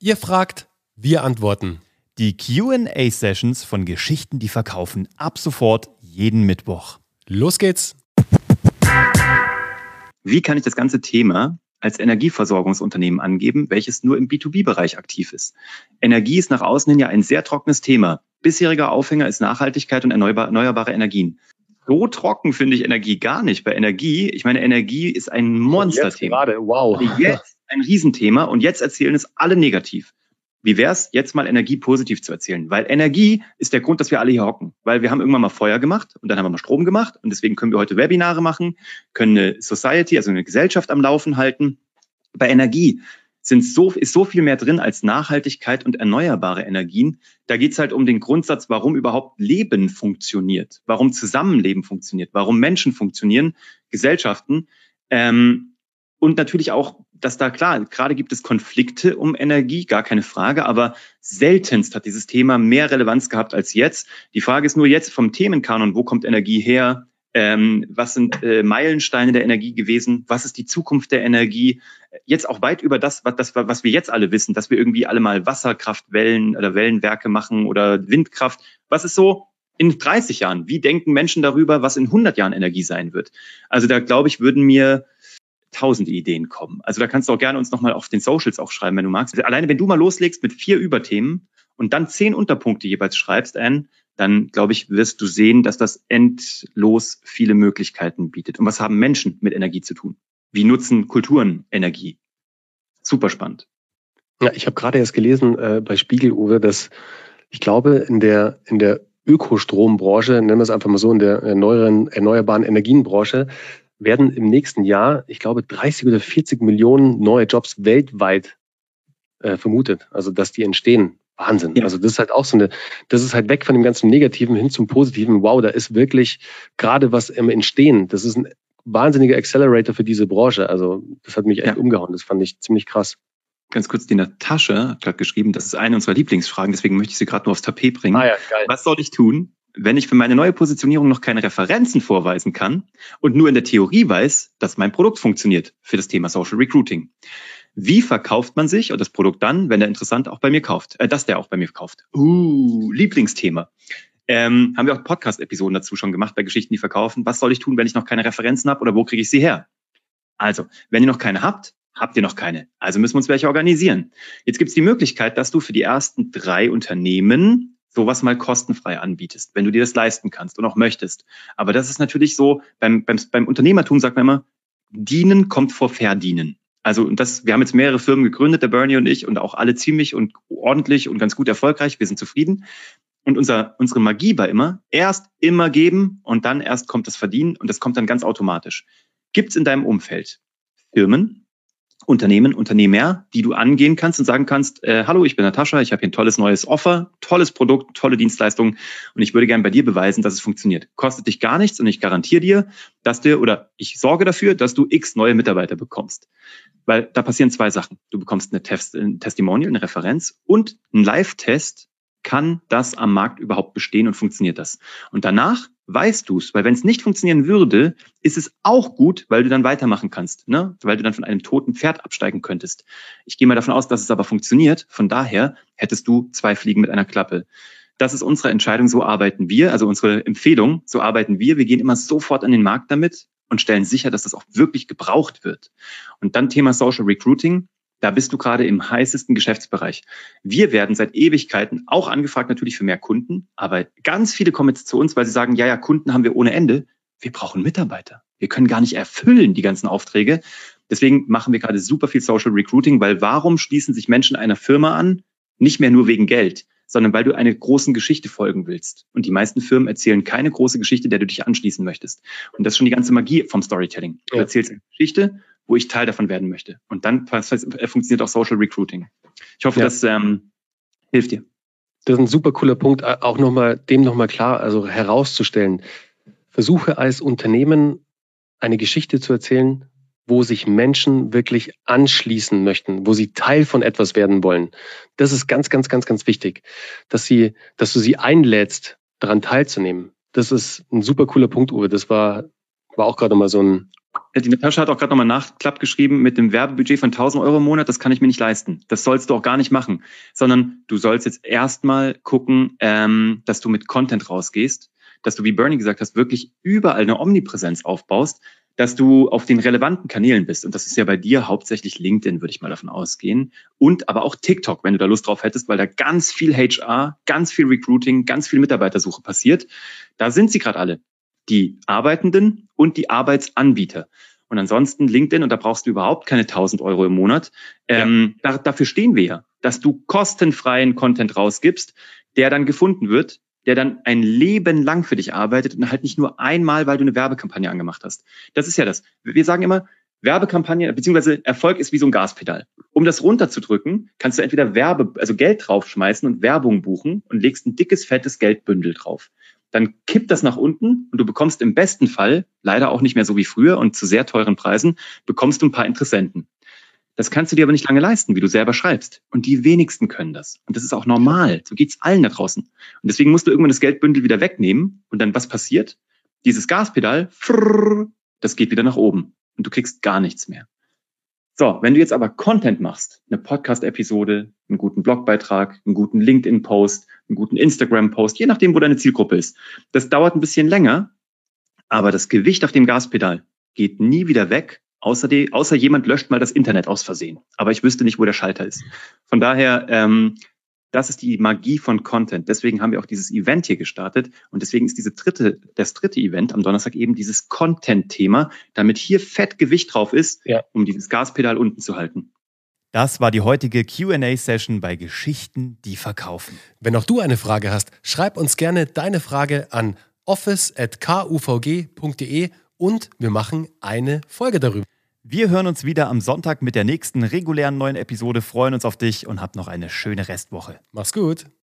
Ihr fragt, wir antworten. Die Q&A-Sessions von Geschichten, die verkaufen, ab sofort jeden Mittwoch. Los geht's! Wie kann ich das ganze Thema als Energieversorgungsunternehmen angeben, welches nur im B2B-Bereich aktiv ist? Energie ist nach außen hin ja ein sehr trockenes Thema. Bisheriger Aufhänger ist Nachhaltigkeit und erneuerbare Energien. So trocken finde ich Energie gar nicht. Bei Energie, ich meine, Energie ist ein Monsterthema. Jetzt gerade, wow. Jetzt ein Riesenthema und jetzt erzählen es alle negativ. Wie wär's, jetzt mal Energie positiv zu erzählen? Weil Energie ist der Grund, dass wir alle hier hocken. Weil wir haben irgendwann mal Feuer gemacht und dann haben wir mal Strom gemacht und deswegen können wir heute Webinare machen, können eine Society, also eine Gesellschaft am Laufen halten. Bei Energie ist so viel mehr drin als Nachhaltigkeit und erneuerbare Energien. Da geht's halt um den Grundsatz, warum überhaupt Leben funktioniert, warum Zusammenleben funktioniert, warum Menschen funktionieren, Gesellschaften. Und natürlich auch, dass da klar, gerade gibt es Konflikte um Energie, gar keine Frage, aber seltenst hat dieses Thema mehr Relevanz gehabt als jetzt. Die Frage ist nur jetzt vom Themenkanon, wo kommt Energie her? Was sind Meilensteine der Energie gewesen? Was ist die Zukunft der Energie? Jetzt auch weit über das, was wir jetzt alle wissen, dass wir irgendwie alle mal Wasserkraftwellen oder Wellenwerke machen oder Windkraft. Was ist so in 30 Jahren? Wie denken Menschen darüber, was in 100 Jahren Energie sein wird? Also da, glaube ich, würden mir 1000 Ideen kommen. Also da kannst du auch gerne uns nochmal auf den Socials auch schreiben, wenn du magst. Alleine wenn du mal loslegst mit 4 Überthemen und dann 10 Unterpunkte jeweils schreibst, Anne, dann, glaube ich, wirst du sehen, dass das endlos viele Möglichkeiten bietet. Und was haben Menschen mit Energie zu tun? Wie nutzen Kulturen Energie? Super spannend. Ja, ich habe gerade erst gelesen bei Spiegel, Uwe, dass ich glaube, in der Ökostrombranche, nennen wir es einfach mal so, in der erneuerbaren Energienbranche, werden im nächsten Jahr, ich glaube, 30 oder 40 Millionen neue Jobs weltweit vermutet. Also, dass die entstehen. Wahnsinn. Ja. Also das ist halt auch das ist halt weg von dem ganzen Negativen hin zum Positiven. Wow, da ist wirklich gerade was im Entstehen. Das ist ein wahnsinniger Accelerator für diese Branche. Also das hat mich echt umgehauen. Das fand ich ziemlich krass. Ganz kurz, die Natascha hat gerade geschrieben, das ist eine unserer Lieblingsfragen, deswegen möchte ich sie gerade nur aufs Tapet bringen. Ah ja, geil. Was soll ich tun, wenn ich für meine neue Positionierung noch keine Referenzen vorweisen kann und nur in der Theorie weiß, dass mein Produkt funktioniert für das Thema Social Recruiting? Wie verkauft man sich und das Produkt dann, wenn der Interessant auch bei mir kauft, dass der auch bei mir kauft? Lieblingsthema. Haben wir auch Podcast-Episoden dazu schon gemacht bei Geschichten, die verkaufen. Was soll ich tun, wenn ich noch keine Referenzen habe oder wo kriege ich sie her? Also, wenn ihr noch keine habt, habt ihr noch keine. Also müssen wir uns welche organisieren. Jetzt gibt es die Möglichkeit, dass du für die ersten 3 Unternehmen sowas mal kostenfrei anbietest, wenn du dir das leisten kannst und auch möchtest. Aber das ist natürlich so, beim Unternehmertum sagt man immer, dienen kommt vor verdienen. Also wir haben jetzt mehrere Firmen gegründet, der Bernie und ich, und auch alle ziemlich und ordentlich und ganz gut erfolgreich. Wir sind zufrieden. Und unsere Magie war erst immer geben und dann erst kommt das Verdienen und das kommt dann ganz automatisch. Gibt's in deinem Umfeld Firmen, Unternehmen, Unternehmer, die du angehen kannst und sagen kannst, hallo, ich bin Natascha, ich habe hier ein tolles neues Offer, tolles Produkt, tolle Dienstleistung und ich würde gerne bei dir beweisen, dass es funktioniert. Kostet dich gar nichts und ich garantiere dir, ich sorge dafür, dass du x neue Mitarbeiter bekommst. Weil da passieren 2 Sachen. Du bekommst ein Testimonial, eine Referenz und ein Live-Test. Kann das am Markt überhaupt bestehen und funktioniert das? Und danach weißt du es, weil wenn es nicht funktionieren würde, ist es auch gut, weil du dann weitermachen kannst, ne? Weil du dann von einem toten Pferd absteigen könntest. Ich gehe mal davon aus, dass es aber funktioniert. Von daher hättest du 2 Fliegen mit einer Klappe. Das ist unsere Entscheidung, so arbeiten wir, also unsere Empfehlung, so arbeiten wir. Wir gehen immer sofort an den Markt damit und stellen sicher, dass das auch wirklich gebraucht wird. Und dann Thema Social Recruiting. Da bist du gerade im heißesten Geschäftsbereich. Wir werden seit Ewigkeiten auch angefragt natürlich für mehr Kunden, aber ganz viele kommen jetzt zu uns, weil sie sagen, ja, Kunden haben wir ohne Ende. Wir brauchen Mitarbeiter. Wir können gar nicht erfüllen die ganzen Aufträge. Deswegen machen wir gerade super viel Social Recruiting, weil warum schließen sich Menschen einer Firma an? Nicht mehr nur wegen Geld, sondern weil du einer großen Geschichte folgen willst. Und die meisten Firmen erzählen keine große Geschichte, der du dich anschließen möchtest. Und das ist schon die ganze Magie vom Storytelling. Du erzählst eine Geschichte, wo ich Teil davon werden möchte. Und dann funktioniert auch Social Recruiting. Ich hoffe, das hilft dir. Das ist ein super cooler Punkt, auch nochmal klar, also herauszustellen. Versuche als Unternehmen eine Geschichte zu erzählen, wo sich Menschen wirklich anschließen möchten, wo sie Teil von etwas werden wollen. Das ist ganz, ganz, ganz, ganz wichtig, dass du sie einlädst, daran teilzunehmen. Das ist ein super cooler Punkt, Uwe. Das war auch gerade mal so ein Die Natascha hat auch gerade nochmal Nachklapp geschrieben mit dem Werbebudget von 1.000 Euro im Monat, das kann ich mir nicht leisten. Das sollst du auch gar nicht machen, sondern du sollst jetzt erstmal gucken, dass du mit Content rausgehst, dass du, wie Bernie gesagt hast, wirklich überall eine Omnipräsenz aufbaust, dass du auf den relevanten Kanälen bist. Und das ist ja bei dir hauptsächlich LinkedIn, würde ich mal davon ausgehen. Und aber auch TikTok, wenn du da Lust drauf hättest, weil da ganz viel HR, ganz viel Recruiting, ganz viel Mitarbeitersuche passiert. Da sind sie gerade alle. Die Arbeitenden und die Arbeitsanbieter. Und ansonsten LinkedIn, und da brauchst du überhaupt keine 1.000 Euro im Monat. Dafür stehen wir ja, dass du kostenfreien Content rausgibst, der dann gefunden wird, der dann ein Leben lang für dich arbeitet und halt nicht nur einmal, weil du eine Werbekampagne angemacht hast. Das ist ja das. Wir sagen immer, Werbekampagne, beziehungsweise Erfolg ist wie so ein Gaspedal. Um das runterzudrücken, kannst du entweder Geld draufschmeißen und Werbung buchen und legst ein dickes, fettes Geldbündel drauf. Dann kippt das nach unten und du bekommst im besten Fall, leider auch nicht mehr so wie früher und zu sehr teuren Preisen, bekommst du ein paar Interessenten. Das kannst du dir aber nicht lange leisten, wie du selber schreibst. Und die wenigsten können das. Und das ist auch normal. So geht's allen da draußen. Und deswegen musst du irgendwann das Geldbündel wieder wegnehmen. Und dann, was passiert? Dieses Gaspedal, das geht wieder nach oben. Und du kriegst gar nichts mehr. So, wenn du jetzt aber Content machst, eine Podcast-Episode, einen guten Blogbeitrag, einen guten LinkedIn-Post, einen guten Instagram-Post, je nachdem, wo deine Zielgruppe ist. Das dauert ein bisschen länger, aber das Gewicht auf dem Gaspedal geht nie wieder weg, außer jemand löscht mal das Internet aus Versehen. Aber ich wüsste nicht, wo der Schalter ist. Von daher, das ist die Magie von Content. Deswegen haben wir auch dieses Event hier gestartet. Und deswegen ist das dritte Event am Donnerstag eben dieses Content-Thema, damit hier fett Gewicht drauf ist, um dieses Gaspedal unten zu halten. Das war die heutige Q&A-Session bei Geschichten, die verkaufen. Wenn auch du eine Frage hast, schreib uns gerne deine Frage an office@kuvg.de und wir machen eine Folge darüber. Wir hören uns wieder am Sonntag mit der nächsten regulären neuen Episode, freuen uns auf dich und habt noch eine schöne Restwoche. Mach's gut.